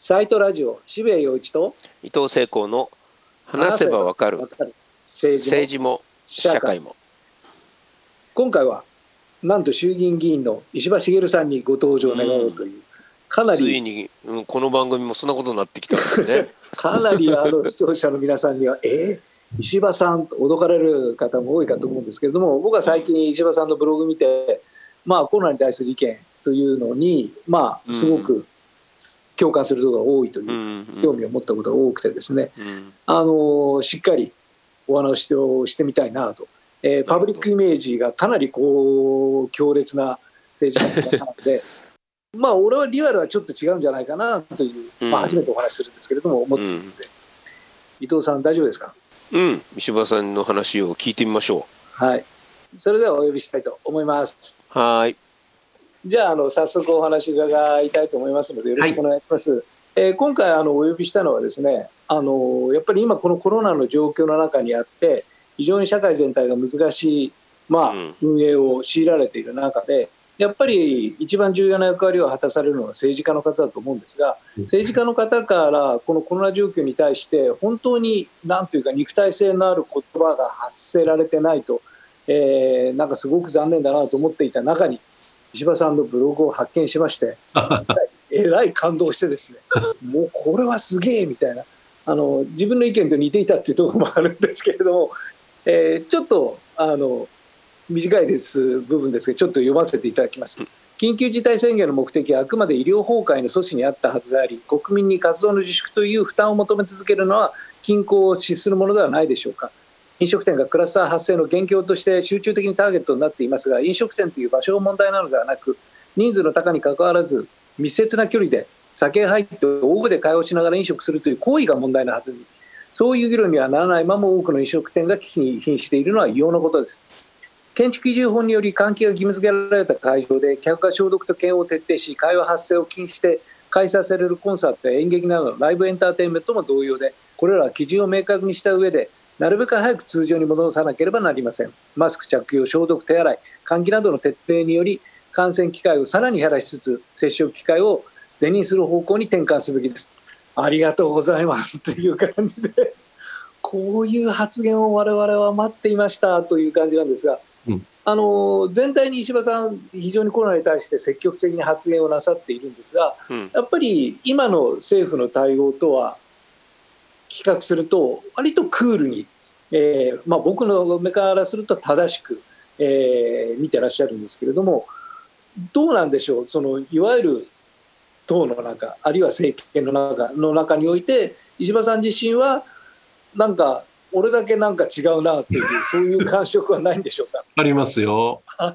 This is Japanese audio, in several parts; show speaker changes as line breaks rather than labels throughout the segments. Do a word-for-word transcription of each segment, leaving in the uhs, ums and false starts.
サイトラジオ渋谷陽一と
伊藤聖光の話せばわかる
政治も
政治も社会も。
今回はなんと衆議院議員の石破茂さんにご登場願おうという、うん、かなり
ついに、うん、この番組もそんなことになってきたんですね
かなりあの視聴者の皆さんにはえー、石破さんと驚かれる方も多いかと思うんですけれども、僕は最近石破さんのブログ見て、まあ、コロナに対する意見というのに、まあ、すごく共感することが多いという、うん、興味を持ったことが多くてですね、うん、あのしっかりお話をしてみたいなと、えー、パブリックイメージがかなりこう強烈な政治家なのでまあ俺はリアルはちょっと違うんじゃないかなという、まあ、初めてお話しするんですけれども思っているので、うん、伊藤さん大丈夫ですか？
うん、石破さんの話を聞いてみましょ
う。はい、それではお呼びしたいと思います。
はい。
じゃあ、あの早速お話伺いたいと思いますのでよろしくお願いします。はい、えー、今回あのお呼びしたのはですね、あのやっぱり今このコロナの状況の中にあって非常に社会全体が難しい、まあ、運営を強いられている中で、やっぱり一番重要な役割を果たされるのは政治家の方だと思うんですが、政治家の方からこのコロナ状況に対して本当に何というか肉体性のある言葉が発せられてないと、えー、なんかすごく残念だなと思っていた中に石破さんのブログを発見しましてえらい感動してですねもうこれはすげえみたいな、あの自分の意見と似ていたっていうところもあるんですけれども、えー、ちょっとあの短いです部分ですがちょっと読ませていただきます。緊急事態宣言の目的はあくまで医療崩壊の阻止にあったはずであり、国民に活動の自粛という負担を求め続けるのは均衡を失するものではないでしょうか。飲食店がクラスター発生の元凶として集中的にターゲットになっていますが、飲食店という場所が問題なのではなく、人数の高にかかわらず密接な距離で酒が入って大声で会話しながら飲食するという行為が問題なはずに、そういう議論にはならないまま多くの飲食店が危機に瀕しているのは異様なことです。建築基準法により換気が義務付けられた会場で客が消毒と検温を徹底し、会話発生を禁止して開催されるコンサートや演劇などのライブエンターテインメントも同様で、これらは基準を明確にした上でなるべく早く通常に戻さなければなりません。マスク着用、消毒、手洗い、換気などの徹底により感染機会をさらに減らしつつ接触機会を是認する方向に転換すべきです。ありがとうございますという感じで、こういう発言を我々は待っていましたという感じなんですが、うん、あの全体に石破さん非常にコロナに対して積極的に発言をなさっているんですが、うん、やっぱり今の政府の対応とは比較すると割とクールに、えーまあ、僕の目からすると正しく、えー、見てらっしゃるんですけれども、どうなんでしょう、そのいわゆる党の中あるいは政権の中の中において石破さん自身はなんか俺だけなんか違うなというそういう感触はないんでしょうか？
ありますよ。あ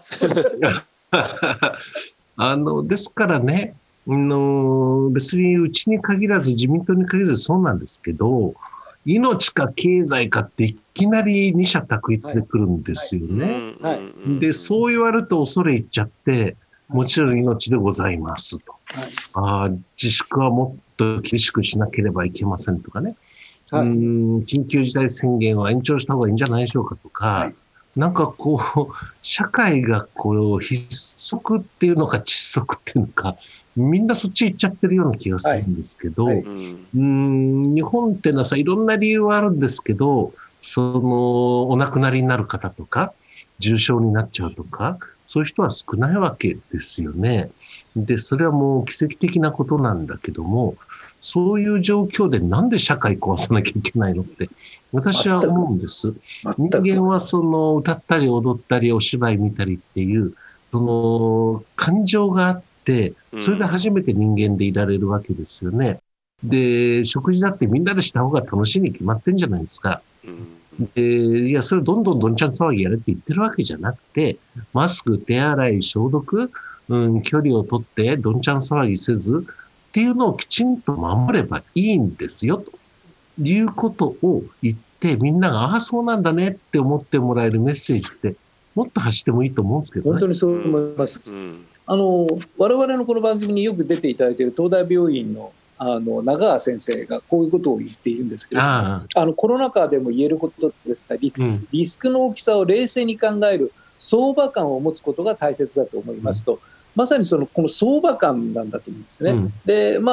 のですからね、の別にうちに限らず自民党に限らずそうなんですけど、命か経済かっていきなり二者択一で来るんですよね。はいはい、でそう言われると恐れ入っちゃって、もちろん命でございますと、はい、あ自粛はもっと厳しくしなければいけませんとかね、はい、うん緊急事態宣言は延長した方がいいんじゃないでしょうかとか、はい、なんかこう社会がこう筆足っていうのか窒息っていうのかみんなそっち行っちゃってるような気がするんですけど、はいはい、うん日本ってのはさいろんな理由はあるんですけど、そのお亡くなりになる方とか重症になっちゃうとかそういう人は少ないわけですよね。でそれはもう奇跡的なことなんだけども、そういう状況でなんで社会壊さなきゃいけないのって私は思うんです。人間はその歌ったり踊ったりお芝居見たりっていうその感情があってそれで初めて人間でいられるわけですよね。で食事だってみんなでした方が楽しいに決まってんじゃないですか。でいやそれをどんどんどんちゃん騒ぎやれって言ってるわけじゃなくて、マスク手洗い消毒、うん、距離をとってどんちゃん騒ぎせずっていうのをきちんと守ればいいんですよということを言ってみんながああそうなんだねって思ってもらえるメッセージってもっと発してもいいと思うんですけどね。
本当にそう思います、うん、あの我々のこの番組によく出ていただいている東大病院のあの中川先生がこういうことを言っているんですけど、ああのコロナ禍でも言えることですがリス、うん、リスクの大きさを冷静に考える相場感を持つことが大切だと思いますと、うん、まさにそのこの相場感なんだと思うんですね、うん、でまあ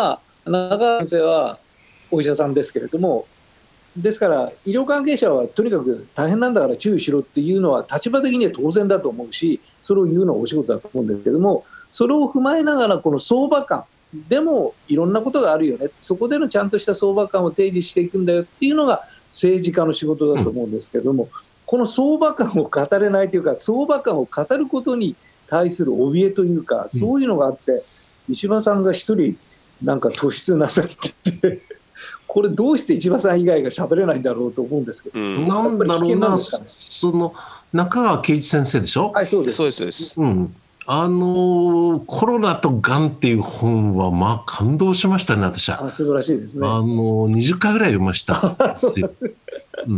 中川先生はお医者さんですけれども、ですから医療関係者はとにかく大変なんだから注意しろっていうのは立場的には当然だと思うし、それを言うのはお仕事だと思うんですけども、それを踏まえながらこの相場感でもいろんなことがあるよね、そこでのちゃんとした相場感を提示していくんだよっていうのが政治家の仕事だと思うんですけれども、うん、この相場感を語れないというか、相場感を語ることに対する怯えというか、そういうのがあって、うん、石破さんが一人なんか突出なさっててこれどうして石破さん以外が喋れないんだろうと思うんですけど、うん、
なんだろうな、その中川圭一先生でしょ。
はい、そうです、
そうです、そうです、
うん、あのコロナとがんっていう本はまあ感動しましたね、私は。
あ、素晴らしいですね。
あのにじゅっかいぐらい読みましたうん、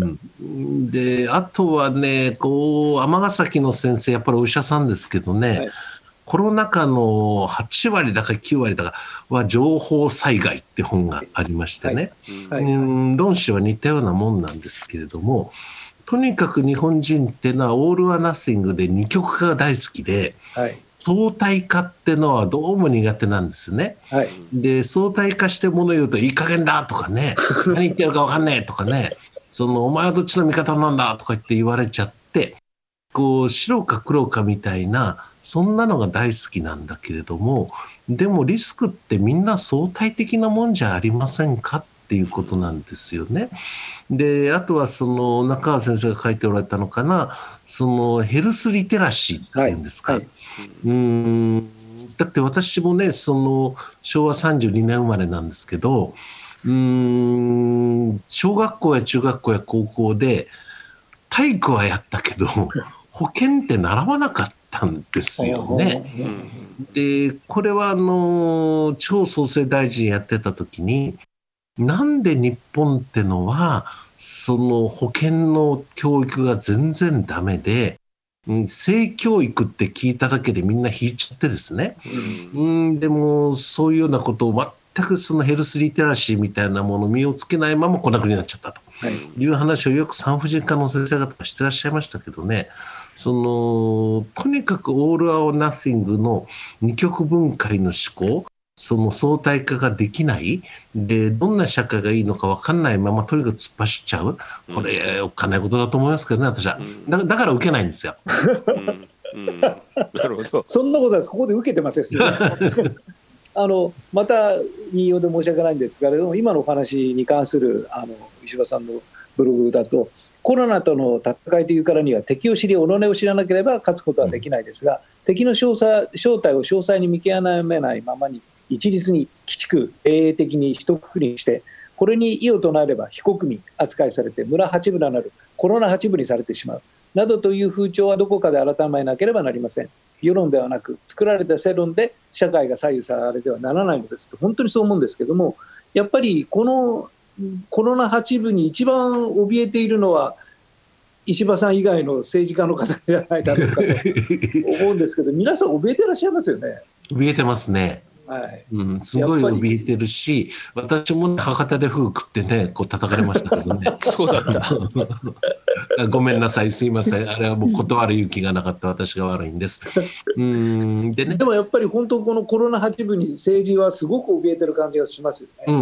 であとはね、こう尼崎の先生、やっぱりお医者さんですけどね、はい、コロナ禍のはちわりだかきゅうわりだかは情報災害って本がありましてね、はいはい、うん、論旨は似たようなもんなんですけれども、とにかく日本人ってのはオール・ア・ナッシングで二極化が大好きで、はい、相対化ってのはどうも苦手なんですね、はい、で相対化してもの言うといい加減だとかね何言ってるか分かんねえとかねそのお前はどっちの味方なんだとか言って言われちゃって、こう白か黒かみたいなそんなのが大好きなんだけれども、でもリスクってみんな相対的なもんじゃありませんかっていうことなんですよね。であとはその中川先生が書いておられたのかな、そのヘルスリテラシーっていうんですか、はいはい、うーんだって私もね、そのしょうわさんじゅうにねん生まれなんですけど、うーん小学校や中学校や高校で体育はやったけど保険って習わなかったんですよね。でこれはあの地方創生大臣やってた時に、なんで日本ってのはその保険の教育が全然ダメで、性教育って聞いただけでみんな引いちゃってですね、うん、でもそういうようなことを全くそのヘルスリテラシーみたいなものを身をつけないままこんな国になっちゃったという話をよく産婦人科の先生方がしてらっしゃいましたけどね、そのとにかくオール・ア・ナッシングの二極分解の思考、その相対化ができないで、どんな社会がいいのか分かんないままとにかく突っ走っちゃう、これおっかないことだと思いますけどね、私は。だ, だから受けないんですよ。
うんうん、なるほど。
そんなことはここで受けてますよあのまた引用で申し訳ないんですけれども、今のお話に関するあの石破さんのブログだと、コロナとの戦いというからには敵を知り己を知らなければ勝つことはできないですが、うん、敵の正体を詳細に見極めないままに一律に鬼畜英英的に一括りにして、これに異を唱えれば非国民扱いされて村八分なるコロナ八分にされてしまうなどという風潮はどこかで改めなければなりません。世論ではなく作られた世論で社会が左右されてはならないのですと、本当にそう思うんですけども、やっぱりこのコロナ八分に一番怯えているのは石破さん以外の政治家の方じゃないだろうかと思うんですけど皆さん怯えてらっしゃいますよね。
怯えてますね。はいうん、すごい怯えてるし、私も、ね、博多でフグ食ってねこう叩かれましたけどね
そうだった
ごめんなさい、すいません、あれはもう断る勇気がなかった私が悪いんですうんでね、
でもやっぱり本当このコロナ八分に政治はすごく怯えてる感じがしますよね、
うん、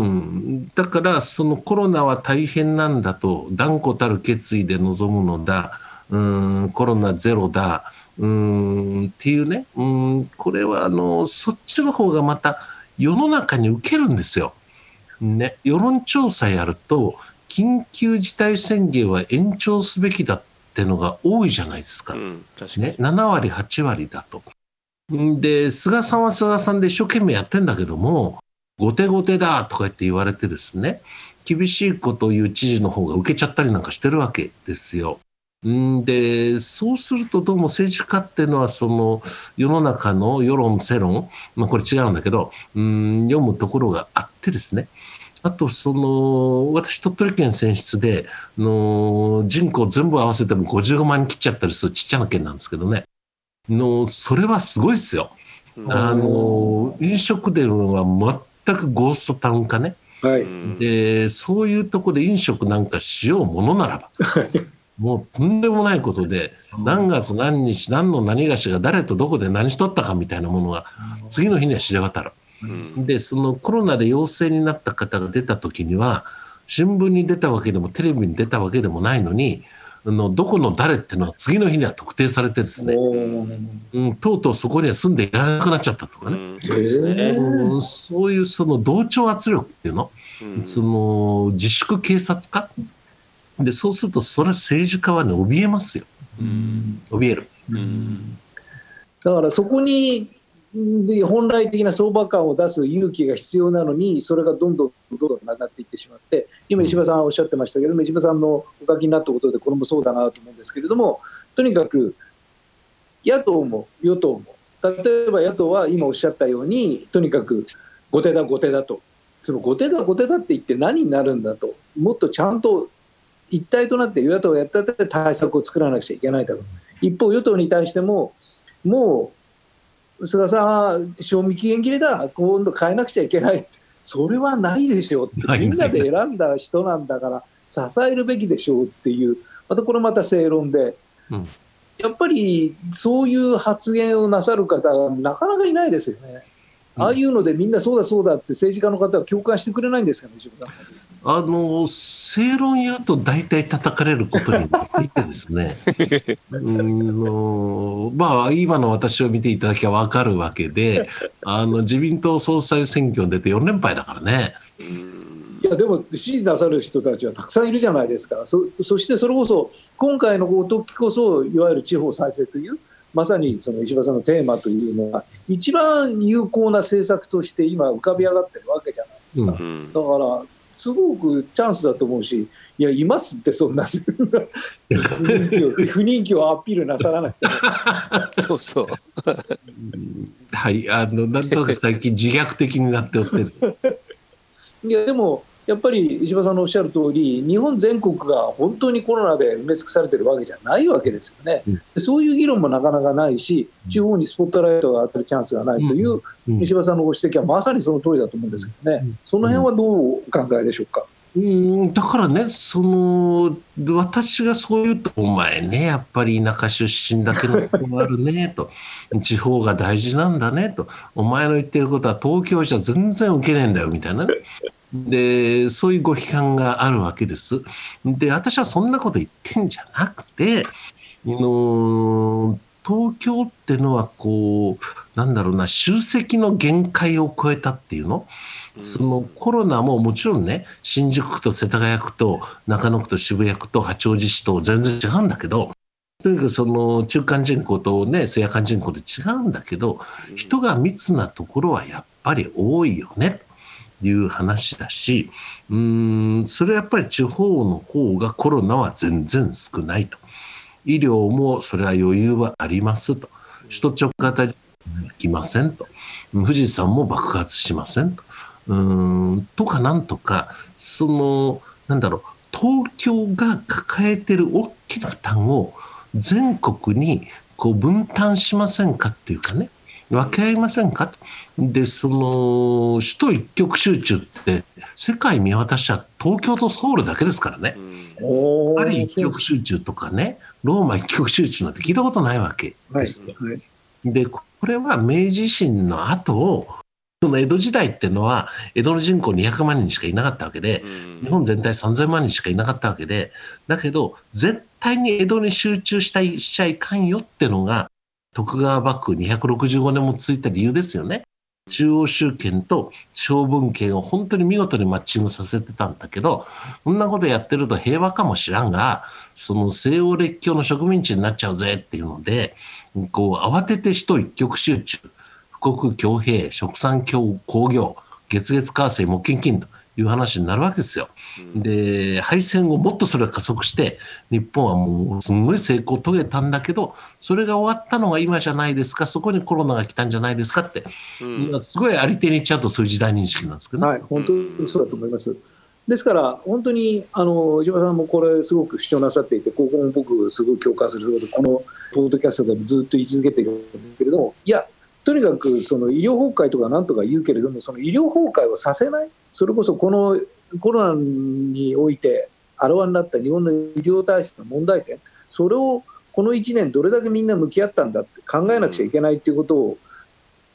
だからそのコロナは大変なんだと断固たる決意で臨むのだ、うんコロナゼロだうーんっていうね、うーんこれはあのそっちの方がまた世の中に受けるんですよ、ね、世論調査やると緊急事態宣言は延長すべきだってのが多いじゃないですか、うん、確かにね、ななわりはちわりだと。で菅さんは菅さんで一生懸命やってんだけども、後手後手だとか言って言われてですね、厳しいことを言う知事の方が受けちゃったりなんかしてるわけですよ。でそうするとどうも政治家っていうのはその世の中の世論世論、まあ、これ違うんだけどうん読むところがあってですね、あとその私鳥取県選出での人口全部合わせてもごじゅうごまん人切っちゃったりするちっちゃな県なんですけどね、のそれはすごいですよ。あの飲食店は全くゴーストタウン化ね、はい、でそういうところで飲食なんかしようものならばもうとんでもないことで、何月何日何の何がしが誰とどこで何しとったかみたいなものが次の日には知れ渡る。
うん、
でそのコロナで陽性になった方が出た時には新聞に出たわけでもテレビに出たわけでもないのに、あのどこの誰っていうのは次の日には特定されてですね、うん、とうとうそこには住んでいられなくなっちゃったとかね、うんうん、そういうその同調圧力っていうの、うん、その自粛警察化で、そうするとそれは政治家はね怯えますよ、うん、怯える、うん、
だからそこにで本来的な相場感を出す勇気が必要なのに、それがどんどんどんどんなくなっていってしまって、今石破さんおっしゃってましたけども、石破さんのお書きになったことでこれもそうだなと思うんですけれども、とにかく野党も与党も、例えば野党は今おっしゃったようにとにかく後手だ後手だと、その後手だ後手だって言って何になるんだと、もっとちゃんと一体となって与野党がやったって対策を作らなくちゃいけないだろう。一方与党に対してももう菅さんは賞味期限切れだ、今度変えなくちゃいけない、それはないでしょうって、みんなで選んだ人なんだから支えるべきでしょうっていう、またこれまた正論で、うん、やっぱりそういう発言をなさる方はなかなかいないですよね。ああいうのでみんなそうだそうだって政治家の方は共感してくれないんですかね、石破さん。
あの正論言うと大体叩かれることになっていてですねうんの、まあ、今の私を見ていただきゃ分かるわけで、あの自民党総裁選挙に出てよん連敗だからね。
いやでも支持なさる人たちはたくさんいるじゃないですか。 そ, そしてそれこそ今回の時こそいわゆる地方再生というまさにその石破さんのテーマというのが一番有効な政策として今浮かび上がってるわけじゃないですか、うん、だからすごくチャンスだと思うし、いやいますってそんな不人気を不人気をアピールなさらなくて
そうそう
はい、あのなんとなく最近自虐的になっておってる
いやでもやっぱり石破さんのおっしゃる通り、日本全国が本当にコロナで埋め尽くされてるわけじゃないわけですよね、うん、そういう議論もなかなかないし、地方にスポットライトが当たるチャンスがないという石破さんのご指摘はまさにその通りだと思うんですけどね、その辺はどうお考えでしょうか。
うんだからね、その私がそう言うと、お前ねやっぱり田舎出身だけのことがあるねと地方が大事なんだねと、お前の言ってることは東京じゃ全然受けねえんだよみたいな、ね、でそういうご批判があるわけです。で私はそんなこと言ってんじゃなくて、の東京ってのはこうなんだろうな、集積の限界を超えたっていうの、そのコロナももちろんね、新宿区と世田谷区と中野区と渋谷区と八王子市と全然違うんだけど、とにかくその中間人口とね夜間人口で違うんだけど、人が密なところはやっぱり多いよねという話だし、うーんそれはやっぱり地方の方がコロナは全然少ないと、医療もそれは余裕はありますと、首都直下型できませんと、富士山も爆発しませんと、うーんとかなんとか、そのなんだろう、東京が抱えてる大きな負担を全国にこう分担しませんかっていうかね、分け合いませんかと。でその首都一極集中って世界見渡しちゃ東京とソウルだけですからね、パリ一極集中とかね、ローマ一極集中なんて聞いたことないわけです、はいはい、でこれは明治維新の後、その江戸時代っていうのは江戸の人口にひゃくまんにんしかいなかったわけで、日本全体さんぜんまんにんしかいなかったわけで、だけど絶対に江戸に集中したいしちゃいかんよっていうのが徳川幕府にひゃくろくじゅうごねんも続いた理由ですよね。中央集権と将軍権を本当に見事にマッチングさせてたんだけど、こんなことやってると平和かもしらんが、その西欧列強の植民地になっちゃうぜっていうので、こう慌てて首都一極集中、富国強兵、殖産工業、月々為替木金金という話になるわけですよ。で敗戦後もっとそれが加速して日本はもうすごい成功を遂げたんだけど、それが終わったのが今じゃないですか、そこにコロナが来たんじゃないですかって、うん、すごいあり手に言っちゃうとそういう時代認識なんですけどね、
はい、本当にそうだと思います。ですから本当にあの石破さんもこれすごく主張なさっていて、ここも僕すごい共感することで、このポッドキャストでもずっと言い続けているんですけれども、いやとにかくその医療崩壊とかなんとか言うけれども、その医療崩壊をさせない、それこそこのコロナにおいてあらわになった日本の医療体制の問題点、それをこのいちねんどれだけみんな向き合ったんだって考えなくちゃいけないっていうことを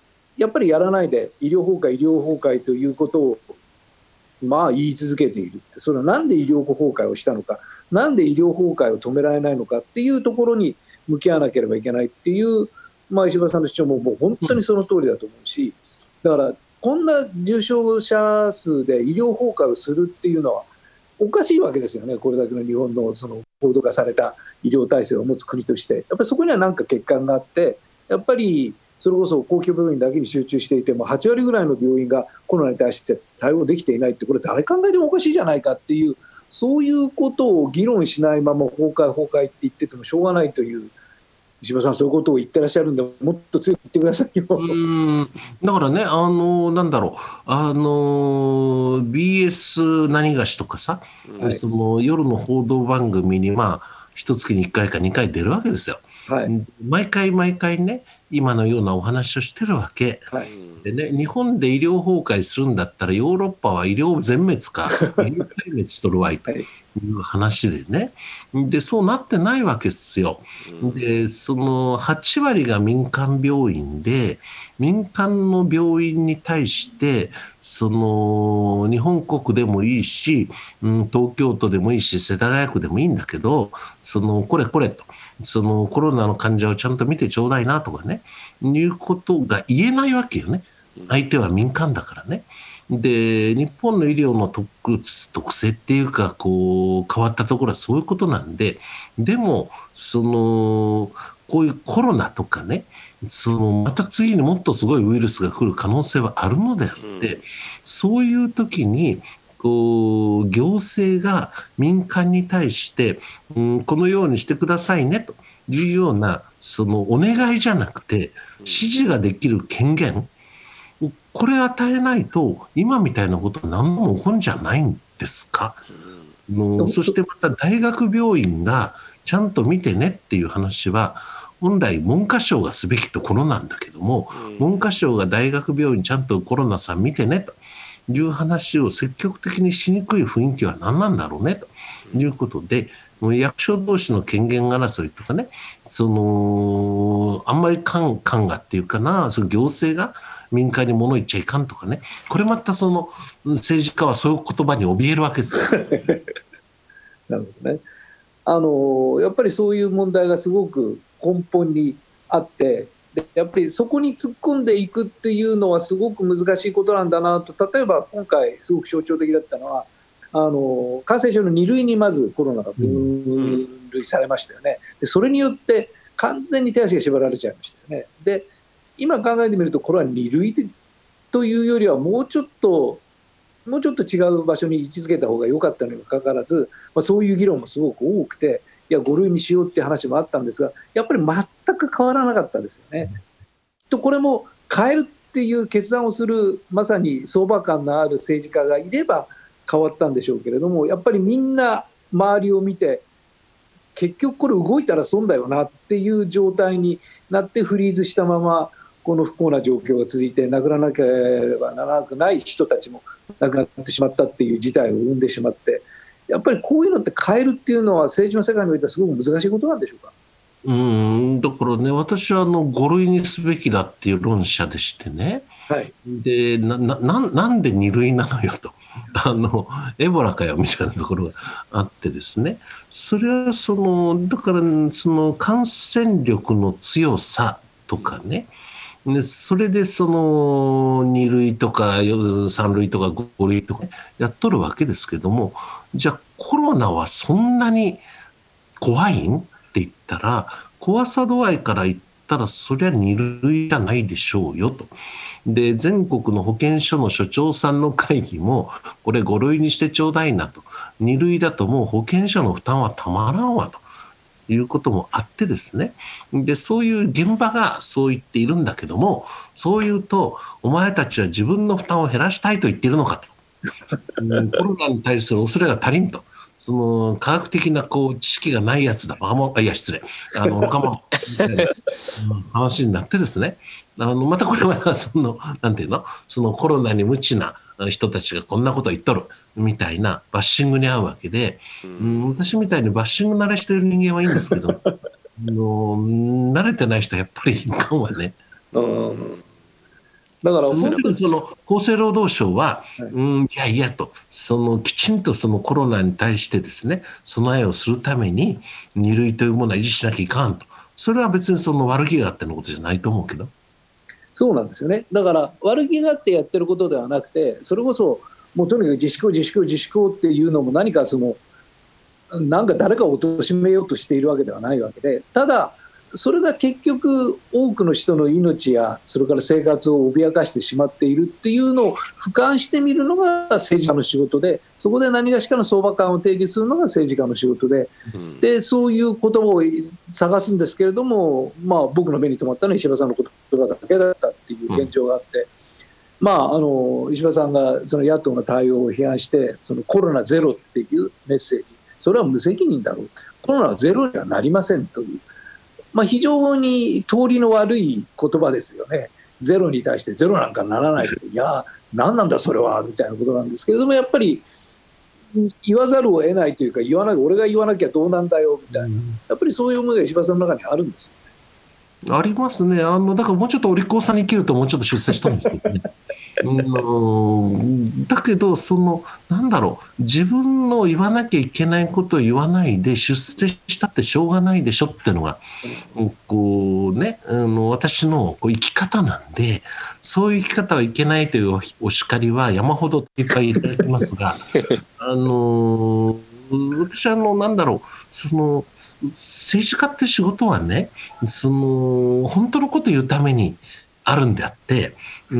やっぱりやらないで医療崩壊医療崩壊ということをまあ言い続けているって、それはなんで医療崩壊をしたのか、なんで医療崩壊を止められないのかっていうところに向き合わなければいけないっていう、まあ、石破さんの主張ももう本当にその通りだと思うし、だからこんな重症者数で医療崩壊をするっていうのはおかしいわけですよね。これだけの日本のその高度化された医療体制を持つ国として、やっぱりそこには何か欠陥があって、やっぱりそれこそ公共病院だけに集中していてもはち割ぐらいの病院がコロナに対して対応できていないって、これ誰考えてもおかしいじゃないかっていう、そういうことを議論しないまま崩壊崩壊って言っててもしょうがないという、石破さんそういうことを言ってらっしゃるんで、もっと強く言ってくださいよ。
うんだからね、あのなんだろう、あの ビーエス 何がしとかさ、はい、その夜の報道番組にまあ一月にいっかいかにかい出るわけですよ。はい、毎回毎回ね、今のようなお話をしてるわけ、はい、でね、日本で医療崩壊するんだったらヨーロッパは医療全滅か医療壊滅しとるわいという話でね、でそうなってないわけですよ。でそのはち割が民間病院で、民間の病院に対してその日本国でもいいし、うん、東京都でもいいし世田谷区でもいいんだけど、そのこれこれとそのコロナの患者をちゃんと見てちょうだいなとかね、いうことが言えないわけよね。相手は民間だからね。で日本の医療の 特, 特性っていうかこう変わったところはそういうことなんで、でもそのこういうコロナとかね、そのまた次にもっとすごいウイルスが来る可能性はあるのであって、そういう時にこう行政が民間に対して、うん、このようにしてくださいねというようなそのお願いじゃなくて指示ができる権限、これ与えないと今みたいなことは何も起こるんじゃないんですか。うん、そしてまた大学病院がちゃんと見てねっていう話は本来文科省がすべきところなんだけども、文科省が大学病院ちゃんとコロナさん見てねという話を積極的にしにくい雰囲気は何なんだろうねということで、役所同士の権限争いとかね、そのあんまり官がっていうかな、その行政が民間に物言っちゃいかんとかね、これまたその政治家はそういう言葉に怯えるわけですよ。
なるほどね。あのやっぱりそういう問題がすごく根本にあって、でやっぱりそこに突っ込んでいくっていうのはすごく難しいことなんだなと。例えば今回すごく象徴的だったのは、あの感染症のに類にまずコロナが分類されましたよね。でそれによって完全に手足が縛られちゃいましたよね。で今考えてみるとこれはに類というよりはもうちょっともうちょっと違う場所に位置づけた方が良かったのにもかかわらず、まあ、そういう議論もすごく多くて、いやご類にしようっていう話もあったんですが、やっぱり全く変わらなかったですよね。とこれも変えるっていう決断をするまさに相場感のある政治家がいれば変わったんでしょうけれども、やっぱりみんな周りを見て結局これ動いたら損だよなっていう状態になってフリーズしたままこの不幸な状況が続いて、亡くならなければならなくない人たちも亡くなってしまったっていう事態を生んでしまって、やっぱりこういうのって変えるっていうのは政治の世界においてはすごく難しいことなんでしょうか。
うんだからね、私はあのご類にすべきだっていう論者でしてね、はい、で な, な, なんでに類なのよとあのエボラかよみたいなところがあってですね、それはそのだからその感染力の強さとかね、でそれでそのに類とかさん類とかご類とかやっとるわけですけども、じゃあコロナはそんなに怖いんって言ったら、怖さ度合いから言ったらそりゃに類じゃないでしょうよと。で全国の保健所の所長さんの会議もこれご類にしてちょうだいなと、に類だともう保健所の負担はたまらんわということもあってですね、でそういう現場がそう言っているんだけども、そう言うとお前たちは自分の負担を減らしたいと言っているのかとコロナに対する恐れが足りんと、その科学的なこう知識がないやつだ、バカモン、いや失礼あの若者みたいな話になってですね、あのまたこれはそのなんていうの、そのコロナに無知な人たちがこんなこと言っとるみたいなバッシングに遭うわけで、うん、私みたいにバッシング慣れしてる人間はいいんですけどあの慣れてない人はやっぱりいかんわね。
うんだから
本当にその厚生労働省は、はい、うん、いやいやと、そのきちんとそのコロナに対してですね、備えをするためにに類というものは維持しなきゃいかんと。それは別にその悪気があってのことじゃないと思うけど。
そうなんですよね。だから悪気があってやってることではなくて、それこそもうとにかく自粛自粛自粛っていうのも何かそのなんか誰かを貶めようとしているわけではないわけで、ただそれが結局多くの人の命やそれから生活を脅かしてしまっているっていうのを俯瞰してみるのが政治家の仕事で、そこで何がしかの相場感を定義するのが政治家の仕事で、うん、でそういう言葉を探すんですけれども、まあ、僕の目に留まったのは石破さんの言葉だけだったっていう現状があって、うん、まあ、あの石破さんがその野党の対応を批判してそのコロナゼロっていうメッセージ、それは無責任だろう、コロナはゼロにはなりませんという、まあ、非常に通りの悪い言葉ですよね。ゼロに対してゼロなんかならない、いや何なんだそれはみたいなことなんですけれども、やっぱり言わざるを得ないというか、言わない、俺が言わなきゃどうなんだよみたいな、やっぱりそういう思いが石破さんの中にあるんですよ
ね。ありますね。あのだからもうちょっとお利口さんに生きるともうちょっと出世したんですけどね。うんだけどそのなんだろう、自分の言わなきゃいけないことを言わないで出世したってしょうがないでしょっていうのが、うん、こうね、あの私のこう生き方なんで、そういう生き方はいけないというお叱りは山ほどいっぱいいただきますがあの私はあのなんだろう、その政治家って仕事はね、その本当のことを言うためにあるんであって、うん、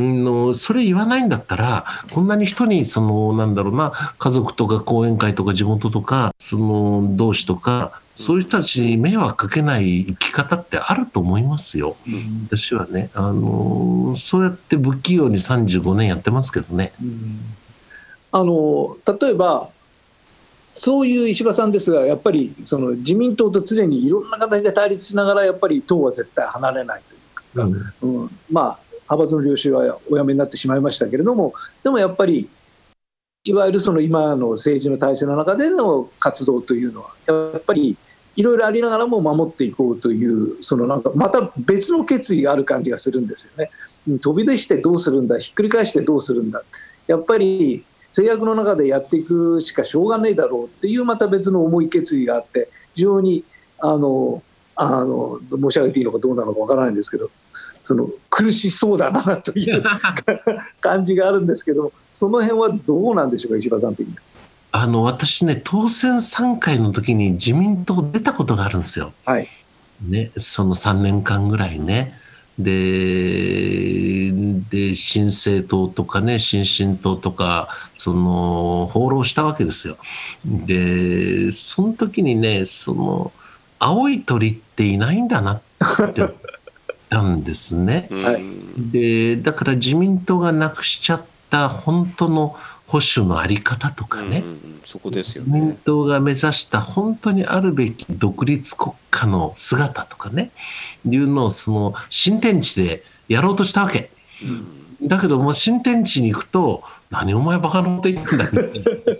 それ言わないんだったらこんなに人にそのなんだろうな、家族とか講演会とか地元とかその同志とかそういう人たちに迷惑かけない生き方ってあると思いますよ、うん、私はね、あのそうやって不器用にさんじゅうごねんやってますけどね、うん、
あの例えばそういう石破さんですが、やっぱりその自民党と常にいろんな形で対立しながらやっぱり党は絶対離れないというか、うんうん、まあ派閥の領袖はお辞めになってしまいましたけれども、でもやっぱりいわゆるその今の政治の体制の中での活動というのはやっぱりいろいろありながらも守っていこうという、そのなんかまた別の決意がある感じがするんですよね。飛び出してどうするんだ、ひっくり返してどうするんだ、やっぱり制約の中でやっていくしかしょうがないだろうっていうまた別の重い決意があって、非常にあのあの申し上げていいのかどうなのかわからないんですけど、その苦しそうだなという感じがあるんですけど、その辺はどうなんでしょうか、石破さん的に。
あの私ね、当選さんかいの時に自民党出たことがあるんですよ、
はい
ね、そのさんねんかんぐらいね。で、で新政党とかね、新進党とかその放浪したわけですよ。でその時にね、その青い鳥っていないんだなって言ったんですね、はい、でだから自民党がなくしちゃった本当の保守のあり方とかね、うんうん、
そこですよね。
自民党が目指した本当にあるべき独立国家の姿とかね、いうのをその新天地でやろうとしたわけ、うん、だけどもう新天地に行くと何お前バカなこと言ってんだみた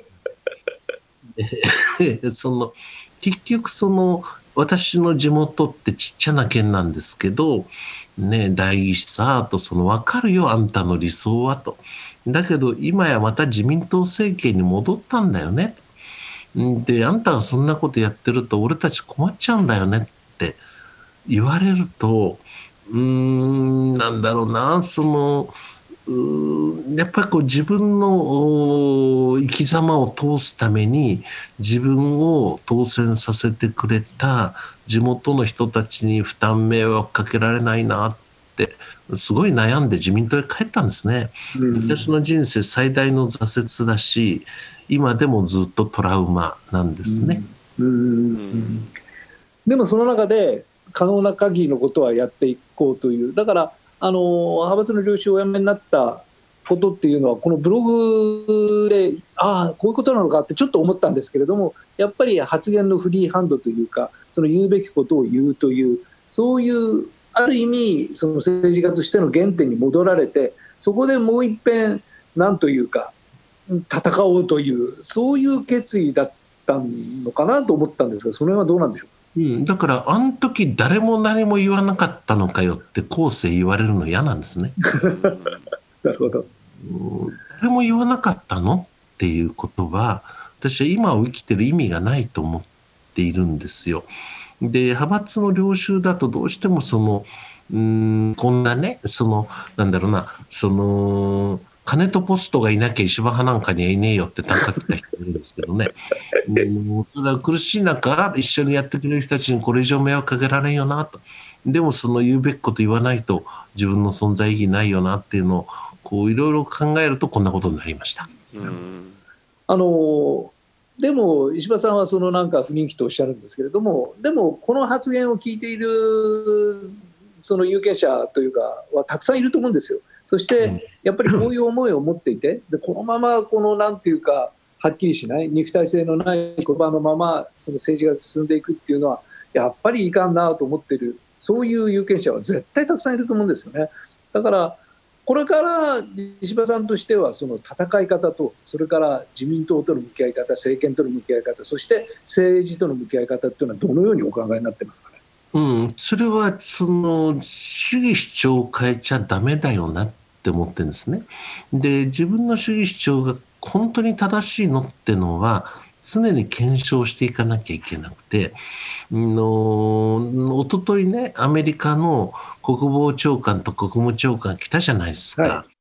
いなその結局その私の地元ってちっちゃな県なんですけどね、代議士さとその分かるよあんたの理想はと、だけど今やまた自民党政権に戻ったんだよね、であんたがそんなことやってると俺たち困っちゃうんだよねって言われると、うーんなんだろうな、そのうやっぱりこう自分の生き様を通すために自分を当選させてくれた地元の人たちに負担迷惑かけられないなってすごい悩んで自民党へ帰ったんですね、うん、私の人生最大の挫折だし今でもずっとトラウマなんですね、うんうんうん、
でもその中で可能な限りのことはやっていこうという、だからあの派閥の領袖をお辞めになったことっていうのはこのブログでああこういうことなのかってちょっと思ったんですけれども、やっぱり発言のフリーハンドというか、その言うべきことを言うという、そういうある意味その政治家としての原点に戻られて、そこでもう一遍なんというか戦おうというそういう決意だったのかなと思ったんですが、それはどうなんでしょうか。
うん、だからあの時誰も何も言わなかったのかよって後世言われるの嫌なんですね。
なるほど。
うん、誰も言わなかったのっていうことは私は今を生きてる意味がないと思っているんですよ。で派閥の領袖だとどうしてもそのうーんこんなねそのなんだろうなその金とポストがいなきゃ石破派なんかにはいねえよって短歌切った人いるんですけどねうんそれは苦しい中一緒にやってくれる人たちにこれ以上迷惑かけられんよなと。でもその言うべきこと言わないと自分の存在意義ないよなっていうのをこういろいろ考えるとこんなことになりました。
うんあのでも石破さんはそのなんか不人気とおっしゃるんですけれども、でもこの発言を聞いているその有権者というかはたくさんいると思うんですよ。そしてやっぱりこういう思いを持っていて、でこのままこのなんていうかはっきりしない肉体性のない言葉のままその政治が進んでいくっていうのはやっぱりいかんなと思っている、そういう有権者は絶対たくさんいると思うんですよね。だからこれから石破さんとしてはその戦い方と、それから自民党との向き合い方、政権との向き合い方、そして政治との向き合い方っていうのはどのようにお考えになってますかね。
うん、それはその主義主張を変えちゃダメだよなって思ってるんですね。で自分の主義主張が本当に正しいのってのは常に検証していかなきゃいけなくて、の一昨日ねアメリカの国防長官と国務長官来たじゃないですか。はい、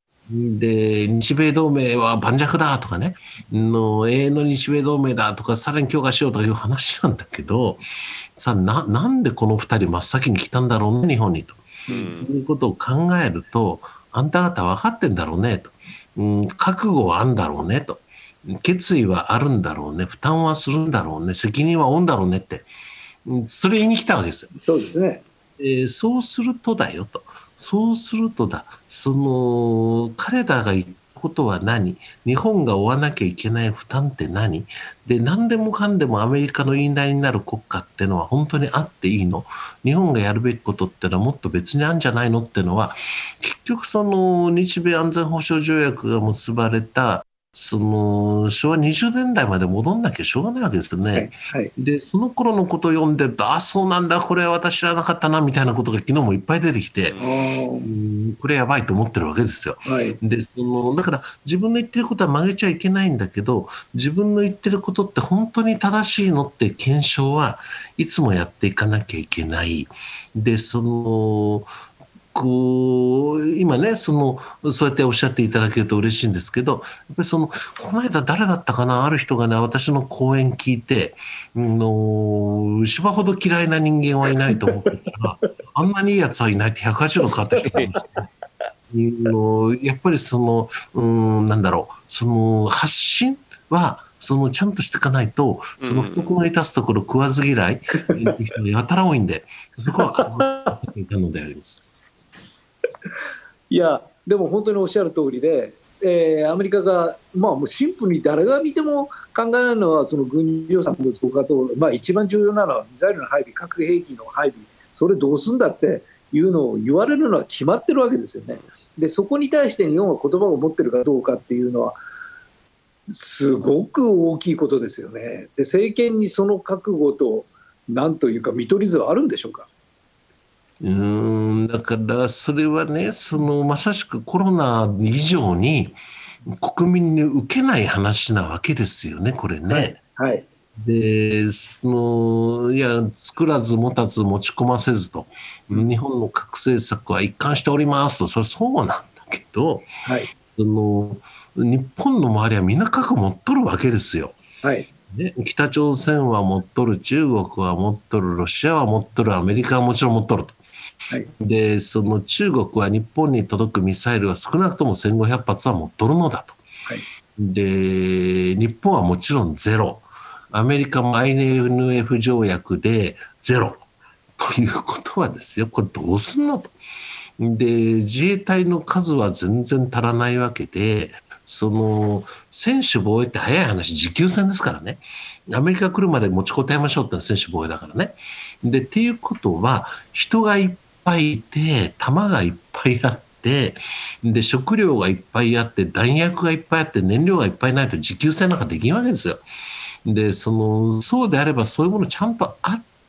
で日米同盟は盤石だとかねの永遠の日米同盟だとかさらに強化しようという話なんだけどさあ な, なんでこのふたり真っ先に来たんだろうね日本にと、うん、いうことを考えるとあんた方分かってんだろうねと、うん、覚悟はあるんだろうねと決意はあるんだろうね負担はするんだろうね責任は負うんだろうねってそれ言いに来たわけですよ。
そうですね。
えー、そうするとだよとそうするとだその彼らが言ったことは何、日本が負わなきゃいけない負担って何で、何でもかんでもアメリカの言いなりになる国家ってのは本当にあっていいの、日本がやるべきことってのはもっと別にあるんじゃないのってのは結局その日米安全保障条約が結ばれたそのしょうわにじゅうねんだいまで戻んなきゃしょうがないわけですよね。はいはい、でその頃のことを読んでるとあそうなんだこれは私知らなかったなみたいなことが昨日もいっぱい出てきて、うんこれやばいと思ってるわけですよ。はい、でそのだから自分の言ってることは曲げちゃいけないんだけど自分の言ってることって本当に正しいのって検証はいつもやっていかなきゃいけない。でそのこう今ねそのそうやっておっしゃっていただけると嬉しいんですけどやっぱりそのこの間誰だったかなある人がね私の講演聞いての芝ほど嫌いな人間はいないと思ってたらあんなにいいやつはいないってひゃくはちじゅうど変わった人がいましたね。やっぱりそのうんなんだろうその発信はそのちゃんとしていかないとその不徳の致すところ食わず嫌いやたら多いんでそこは考えていたのであります。
いやでも本当におっしゃる通りで、えー、アメリカが、まあ、もうシンプルに誰が見ても考えられるのはその軍事予算の増加と、まあ、一番重要なのはミサイルの配備核兵器の配備それどうすんだっていうのを言われるのは決まってるわけですよね。でそこに対して日本は言葉を持ってるかどうかっていうのはすごく大きいことですよね。で政権にその覚悟となんというか見取り図はあるんでしょうか。
うーんだからそれはねそのまさしくコロナ以上に国民に受けない話なわけですよねこれね。はいはい、でそのいや作らず持たず持ち込ませずと、うん、日本の核政策は一貫しておりますとそれそうなんだけど、はい、その日本の周りはみんな核持っとるわけですよ。はいね、北朝鮮は持っとる中国は持っとるロシアは持っとるアメリカはもちろん持っとると。はい、でその中国は日本に届くミサイルは少なくともせんごひゃくはつは持っとるのだと、はい、で日本はもちろんゼロアメリカも アイエヌエフ 条約でゼロということはですよこれどうすんのとで自衛隊の数は全然足らないわけでその専守防衛って早い話持久戦ですからねアメリカ来るまで持ちこたえましょうってのは専守防衛だからねでっていうことは人がいっぱいいて弾がいっぱいあってで食料がいっぱいあって弾薬がいっぱいあって燃料がいっぱいないと持久戦なんかできんわけですよ。でそのそうであればそういうものちゃんとあっ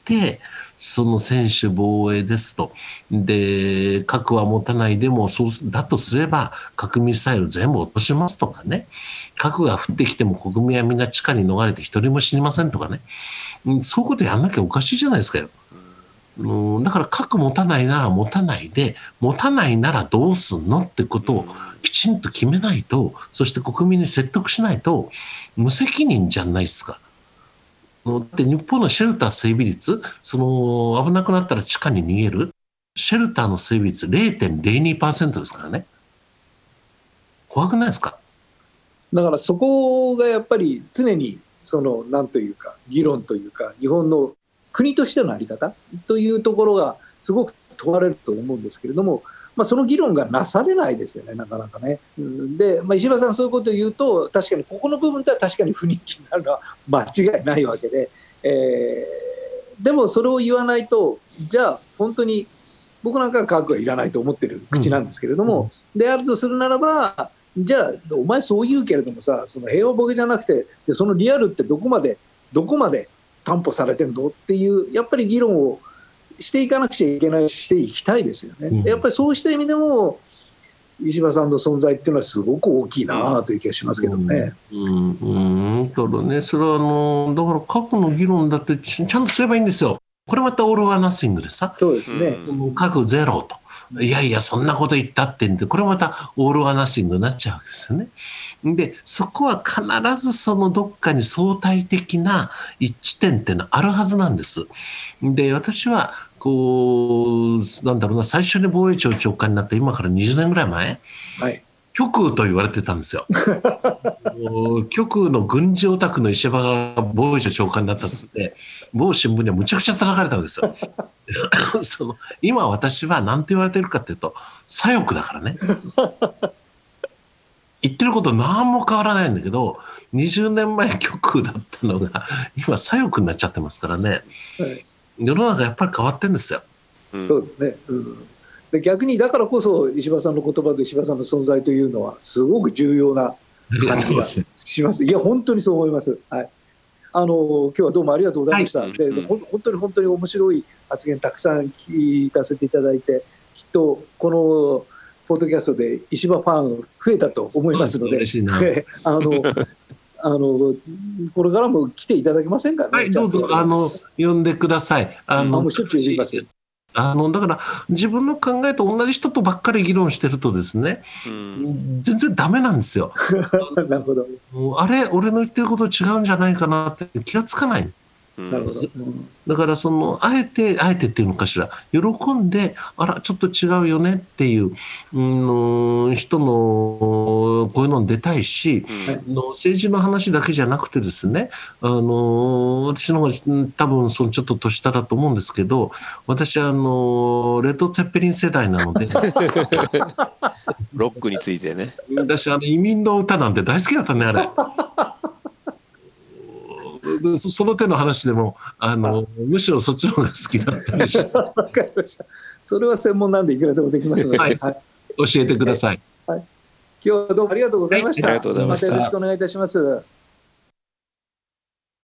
てその専守防衛ですと。で、核は持たないでも、そうだとすれば核ミサイル全部落としますとかね、核が降ってきても国民はみんな地下に逃れて一人も死にませんとかね、うん、そういうことやんなきゃおかしいじゃないですかよ。うん、だから核持たないなら持たないで、持たないならどうすんのってことをきちんと決めないと、そして国民に説得しないと無責任じゃないですか。で、日本のシェルター整備率、その危なくなったら地下に逃げるシェルターの整備率 ゼロてんゼロにパーセント ですからね。怖くないですか？
だからそこがやっぱり常にそのなんというか議論というか、日本の国としての在り方というところがすごく問われると思うんですけれども、まあ、その議論がなされないですよね、なかなかね。で、まあ、石破さんそういうことを言うと、確かにここの部分では確かに不人気になるのは間違いないわけで、えー、でもそれを言わないと、じゃあ本当に僕なんかは核はいらないと思ってる口なんですけれども、うん、であるとするならば、じゃあお前そう言うけれどもさ、その平和ボケじゃなくて、でそのリアルってどこまでどこまで担保されてるのっていうやっぱり議論をしていかなくちゃいけないし、していきたいですよね。うん、やっぱりそうした意味でも石破さんの存在っていうのはすごく大きいなという気がしますけどね。
うん、うん、だからね、それはあのだから核の議論だってちゃんとすればいいんですよ。これまたオール・オア・ナッシングでさ、
そうですね、
核ゼロと。いやいやそんなこと言ったってんで、これまたオール・オア・ナッシングになっちゃうわけですよね。でそこは必ずそのどっかに相対的な一致点っていうのはあるはずなんです。で私はこうなんだろうな、最初に防衛庁長官になって今からにじゅうねんぐらい前、はい、極右と言われてたんですよ。極右の軍事オタクの石破が防衛省長官になったっつって某新聞にはむちゃくちゃ叩かれたわけですよ。その今私は何て言われてるかっていうと左翼だからね。言ってること何も変わらないんだけど、にじゅうねんまえ極右だったのが今左翼になっちゃってますからね、はい、世の中やっぱり変わってるんですよ。
うん、そうですね、うん、で逆にだからこそ石破さんの言葉と石破さんの存在というのはすごく重要な感じがします。いや本当にそう思います、はい、あの今日はどうもありがとうございました、はい、でほ本当に本当に面白い発言たくさん聞かせていただいて、きっとこのポッドキャストで石破ファン増えたと思いますので、あのあのこれからも来ていただけませんかね。
はい、どうぞあの呼んでください。あの、
あもうしょっちゅう言います。
あのだから自分の考えと同じ人とばっかり議論してるとですね、うん、全然ダメなんですよ。
なるほど。
あれ俺の言ってること違うんじゃないかなって気がつかない。
なるほど。
だからそのあえてあえてっていうのかしら、喜んであらちょっと違うよねっていう、うん、人のこういうのに出たいし、うん、の政治の話だけじゃなくてですね、あの私の方が多分そのちょっと年下だと思うんですけど、私はあのレッド・ツェッペリン世代なので
ロックについてね、
私あの移民の歌なんて大好きだったねあれ。その手の話でもあのむしろそっちの方が好きだったりして。
わかりました。それは専門なんでいくらでもできますので、はいはい、
教えてください。
はい、今日はどうもありがとうございました。
はい、ありがとうございました。
またよろしくお願いいたします。